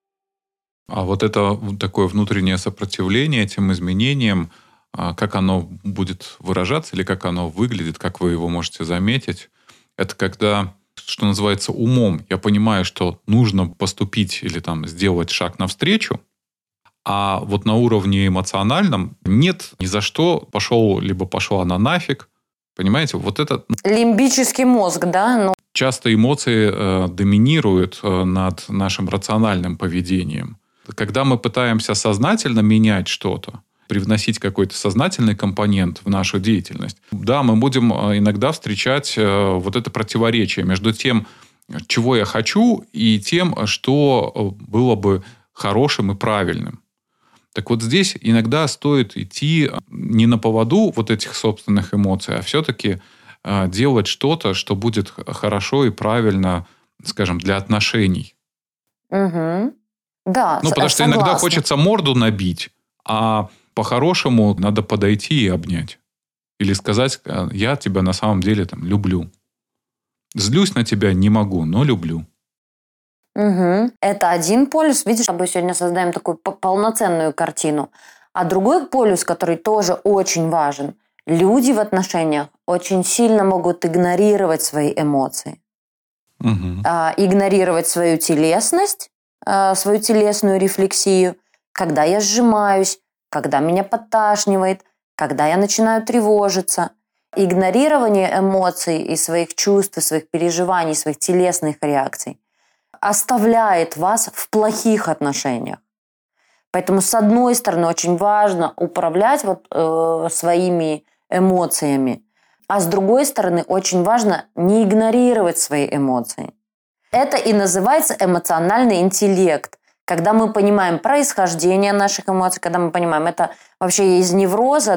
А вот это такое внутреннее сопротивление этим изменениям, как оно будет выражаться или как оно выглядит, как вы его можете заметить, это когда, что называется, умом я понимаю, что нужно поступить или там сделать шаг навстречу, а вот на уровне эмоциональном нет, ни за что, пошла она нафиг. Понимаете, вот это... Лимбический мозг, да? Часто эмоции доминируют над нашим рациональным поведением. Когда мы пытаемся сознательно менять что-то, привносить какой-то сознательный компонент в нашу деятельность, да, мы будем иногда встречать вот это противоречие между тем, чего я хочу, и тем, что было бы хорошим и правильным. Так вот здесь иногда стоит идти не на поводу вот этих собственных эмоций, а все-таки делать что-то, что будет хорошо и правильно, скажем, для отношений. Угу. Да, потому что иногда хочется морду набить, а по-хорошему надо подойти и обнять. Или сказать, я тебя на самом деле там люблю. Злюсь на тебя не могу, но люблю. Угу. Это один полюс. Видишь, мы сегодня создаем такую полноценную картину. А другой полюс, который тоже очень важен. Люди в отношениях очень сильно могут игнорировать свои эмоции. Угу. Игнорировать свою телесность, свою телесную рефлексию. Когда я сжимаюсь, когда меня подташнивает, когда я начинаю тревожиться. Игнорирование эмоций и своих чувств, и своих переживаний, своих телесных реакций оставляет вас в плохих отношениях. Поэтому, с одной стороны, очень важно управлять своими эмоциями, а с другой стороны, очень важно не игнорировать свои эмоции. Это и называется эмоциональный интеллект. Когда мы понимаем происхождение наших эмоций, когда мы понимаем, это вообще я из невроза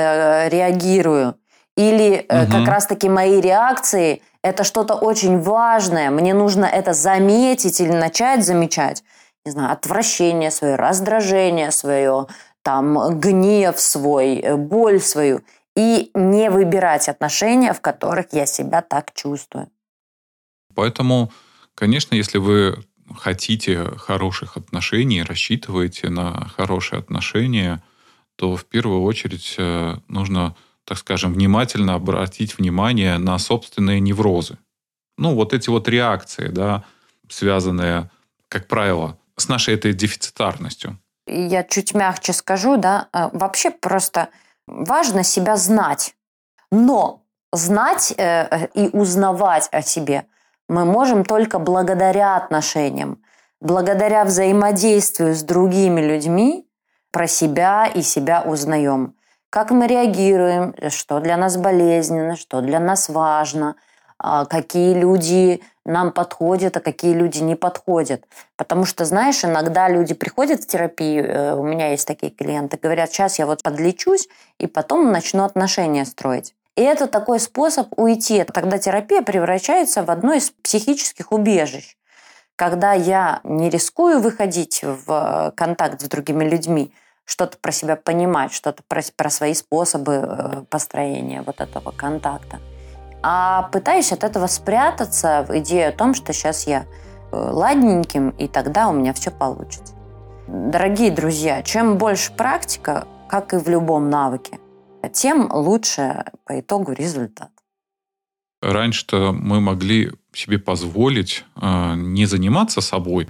реагирую, или как раз-таки мои реакции – это что-то очень важное, мне нужно это заметить или начать замечать. Не знаю, отвращение свое, раздражение свое, там, гнев свой, боль свою. И не выбирать отношения, в которых я себя так чувствую. Поэтому, конечно, если вы хотите хороших отношений, рассчитываете на хорошие отношения, то в первую очередь нужно, так скажем, внимательно обратить внимание на собственные неврозы. Вот эти вот реакции, да, связанные, как правило, с нашей этой дефицитарностью. Я чуть мягче скажу, да, вообще просто важно себя знать. Но знать и узнавать о себе мы можем только благодаря отношениям, благодаря взаимодействию с другими людьми про себя и себя узнаем. Как мы реагируем, что для нас болезненно, что для нас важно, какие люди нам подходят, а какие люди не подходят. Потому что, знаешь, иногда люди приходят в терапию, у меня есть такие клиенты, говорят, сейчас я подлечусь, и потом начну отношения строить. И это такой способ уйти. Тогда терапия превращается в одно из психических убежищ. Когда я не рискую выходить в контакт с другими людьми, что-то про себя понимать, что-то про свои способы построения вот этого контакта, а пытаюсь от этого спрятаться в идею о том, что сейчас я ладненьким, и тогда у меня все получится. Дорогие друзья, чем больше практика, как и в любом навыке, тем лучше по итогу результат. Раньше-то мы могли себе позволить не заниматься собой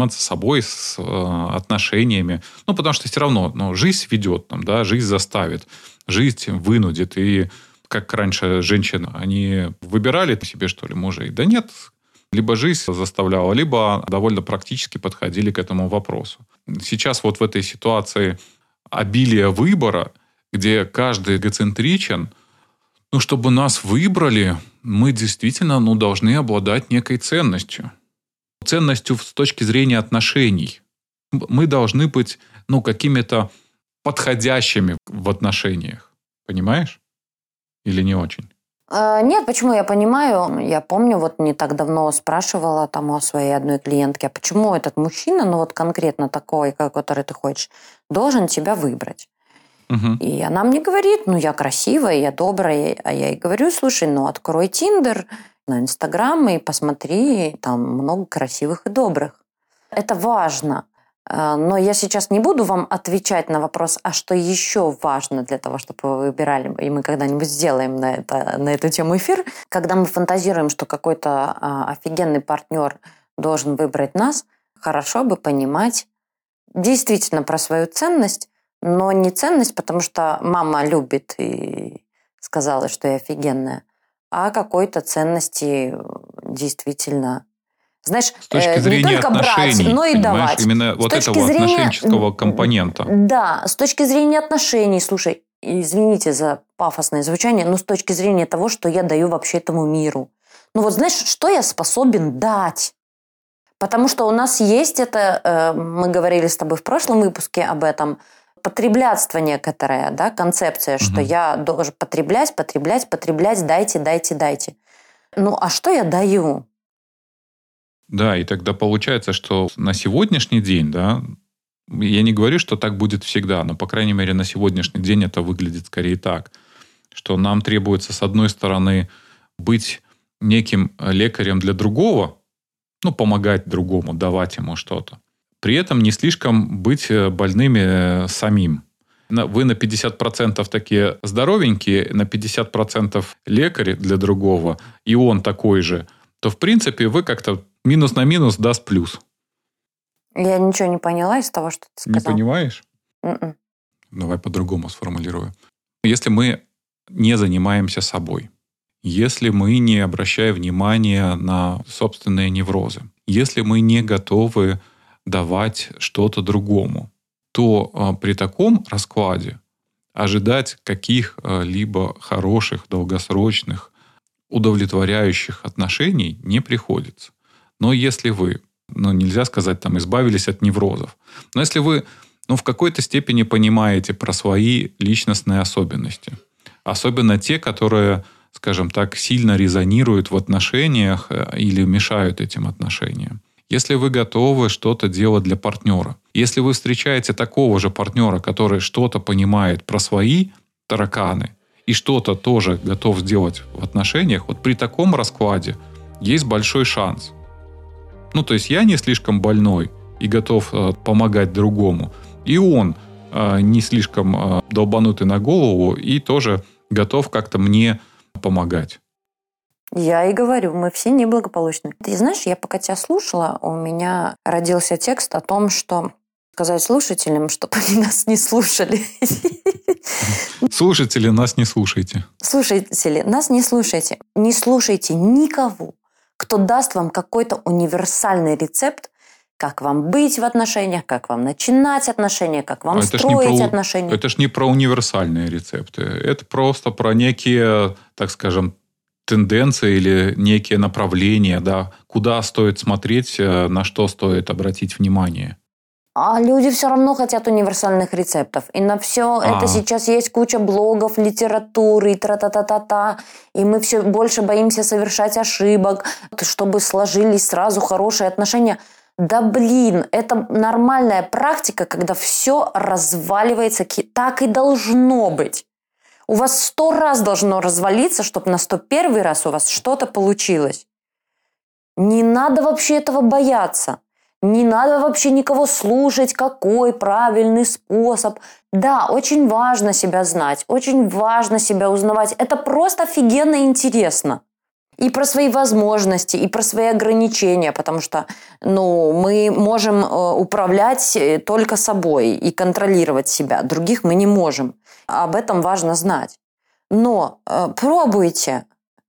с отношениями. Ну, потому что все равно жизнь ведет нам, да, жизнь заставит, жизнь вынудит. И как раньше женщины, они выбирали себе, что ли, мужей? Да нет. Либо жизнь заставляла, либо довольно практически подходили к этому вопросу. Сейчас вот в этой ситуации обилия выбора, где каждый эгоцентричен, чтобы нас выбрали, мы действительно должны обладать некой ценностью. Ценностью с точки зрения отношений. Мы должны быть какими-то подходящими в отношениях. Понимаешь? Или не очень? Нет, почему я понимаю? Я помню, вот не так давно спрашивала там у своей одной клиентки, а почему этот мужчина, конкретно такой, который ты хочешь, должен тебя выбрать? Угу. И она мне говорит, я красивая, я добрая, а я ей говорю, слушай, открой Тиндер, Инстаграм и посмотри, там много красивых и добрых. Это важно. Но я сейчас не буду вам отвечать на вопрос, а что еще важно для того, чтобы вы выбирали, и мы когда-нибудь сделаем на эту тему эфир, когда мы фантазируем, что какой-то офигенный партнер должен выбрать нас, хорошо бы понимать действительно про свою ценность, но не ценность, потому что мама любит и сказала, что я офигенная, а какой-то ценности действительно... Знаешь, с точки зрения не только отношений, брать, но и давать. Именно вот этого отношенческого компонента. Да, с точки зрения отношений, слушай, извините за пафосное звучание, но с точки зрения того, что я даю вообще этому миру. Знаешь, что я способен дать? Потому что у нас есть это, мы говорили с тобой в прошлом выпуске об этом, потреблятство некоторое, да, концепция, что я должен потреблять, дайте. А что я даю? Да, и тогда получается, что на сегодняшний день, да, я не говорю, что так будет всегда, но, по крайней мере, на сегодняшний день это выглядит скорее так, что нам требуется, с одной стороны, быть неким лекарем для другого, помогать другому, давать ему что-то. При этом не слишком быть больными самим. Вы на 50% такие здоровенькие, на 50% лекарь для другого, и он такой же, то, в принципе, вы как-то минус на минус даст плюс. Я ничего не поняла из того, что ты сказал. Не понимаешь? Mm-mm. Давай по-другому сформулирую. Если мы не занимаемся собой, если мы не обращаем внимания на собственные неврозы, если мы не готовы давать что-то другому, то при таком раскладе ожидать каких-либо хороших, долгосрочных, удовлетворяющих отношений не приходится. Но если вы, нельзя сказать, избавились от неврозов, но если вы, в какой-то степени понимаете про свои личностные особенности, особенно те, которые, скажем так, сильно резонируют в отношениях или мешают этим отношениям, если вы готовы что-то делать для партнера, если вы встречаете такого же партнера, который что-то понимает про свои тараканы, и что-то тоже готов сделать в отношениях, вот при таком раскладе есть большой шанс. То есть я не слишком больной и готов помогать другому, и он не слишком долбанутый на голову и тоже готов как-то мне помогать. Я и говорю, мы все неблагополучны. Ты знаешь, я пока тебя слушала, у меня родился текст о том, что сказать слушателям, чтобы они нас не слушали. Слушатели, нас не слушайте. Слушатели, нас не слушайте. Не слушайте никого, кто даст вам какой-то универсальный рецепт, как вам быть в отношениях, как вам начинать отношения, как вам строить отношения. Это ж не про универсальные рецепты. Это просто про некие, так скажем, тенденции или некие направления, да, куда стоит смотреть, на что стоит обратить внимание. А люди все равно хотят универсальных рецептов. И на все это сейчас есть куча блогов, литературы, и тра-та-та-та-та. И мы все больше боимся совершать ошибок, чтобы сложились сразу хорошие отношения. Да блин, это нормальная практика, когда все разваливается. Так и должно быть. У вас 100 раз должно развалиться, чтобы на 101 раз у вас что-то получилось. Не надо вообще этого бояться. Не надо вообще никого слушать, какой правильный способ. Да, очень важно себя знать, очень важно себя узнавать. Это просто офигенно интересно. И про свои возможности, и про свои ограничения, потому что мы можем управлять только собой и контролировать себя. Других мы не можем. Об этом важно знать. Но пробуйте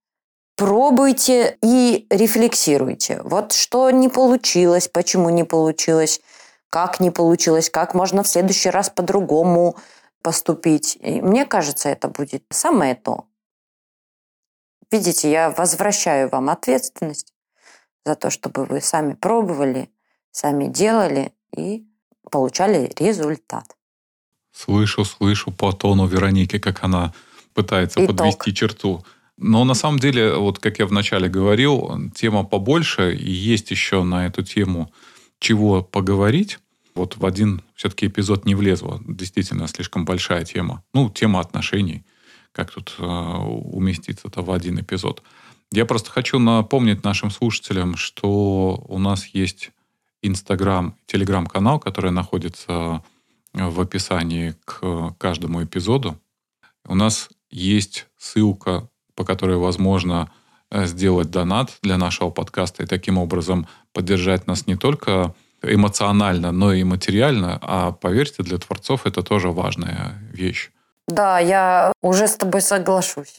и рефлексируйте. Вот что не получилось, почему не получилось, как можно в следующий раз по-другому поступить. И мне кажется, это будет самое то. Видите, я возвращаю вам ответственность за то, чтобы вы сами пробовали, сами делали и получали результат. Слышу по тону Вероники, как она пытается подвести черту. Но на самом деле, вот как я вначале говорил, тема побольше, и есть еще на эту тему чего поговорить. Вот в один все-таки эпизод не влезла. Действительно, слишком большая тема. Тема отношений. Как тут уместиться-то в один эпизод? Я просто хочу напомнить нашим слушателям, что у нас есть Инстаграм, Телеграм-канал, который находится в описании к каждому эпизоду. У нас есть ссылка, по которой возможно сделать донат для нашего подкаста и таким образом поддержать нас не только эмоционально, но и материально. А поверьте, для творцов это тоже важная вещь. Да, я уже с тобой соглашусь.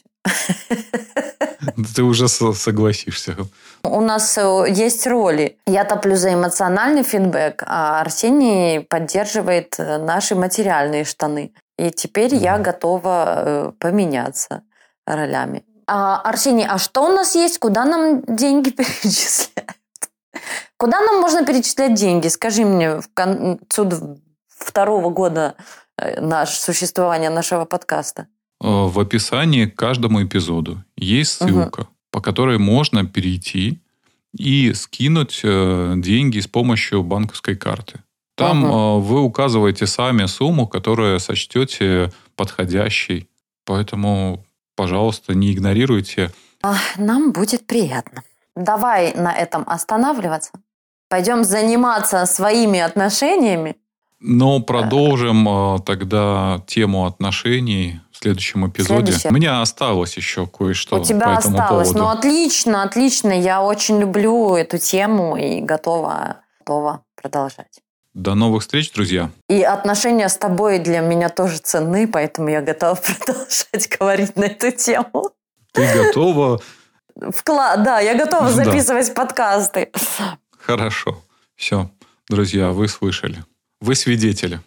Ты уже согласишься. У нас есть роли. Я топлю за эмоциональный фидбэк, а Арсений поддерживает наши материальные штаны. И теперь я готова поменяться ролями. Арсений, а что у нас есть? Куда нам деньги перечисляют? Куда нам можно перечислять деньги? Скажи мне, в концу 2-го года существования нашего подкаста. В описании к каждому эпизоду есть ссылка, по которой можно перейти и скинуть деньги с помощью банковской карты. Там вы указываете сами сумму, которую сочтете подходящей. Поэтому, пожалуйста, не игнорируйте. Нам будет приятно. Давай на этом останавливаться. Пойдем заниматься своими отношениями. Но продолжим тогда тему отношений в следующем эпизоде. У меня осталось еще кое-что по этому поводу. У тебя осталось. Отлично. Я очень люблю эту тему и готова продолжать. До новых встреч, друзья. И отношения с тобой для меня тоже ценны, поэтому я готова продолжать говорить на эту тему. Ты готова? Да, я готова записывать подкасты. Хорошо. Все, друзья, вы слышали. Вы свидетели.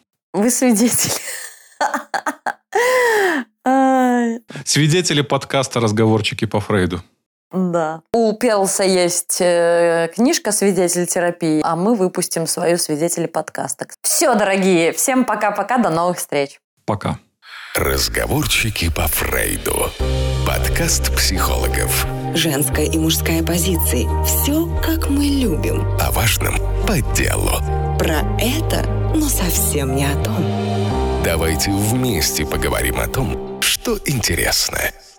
Свидетели подкаста «Разговорчики по Фрейду». Да. У Перлса есть книжка «Свидетель терапии», а мы выпустим свою «Свидетели подкаста». Все, дорогие, всем пока-пока, до новых встреч. Пока. «Разговорчики по Фрейду». Подкаст психологов. Женская и мужская позиции. Все, как мы любим. О важном по делу. Про это, но совсем не о том. Давайте вместе поговорим о том, что интересно.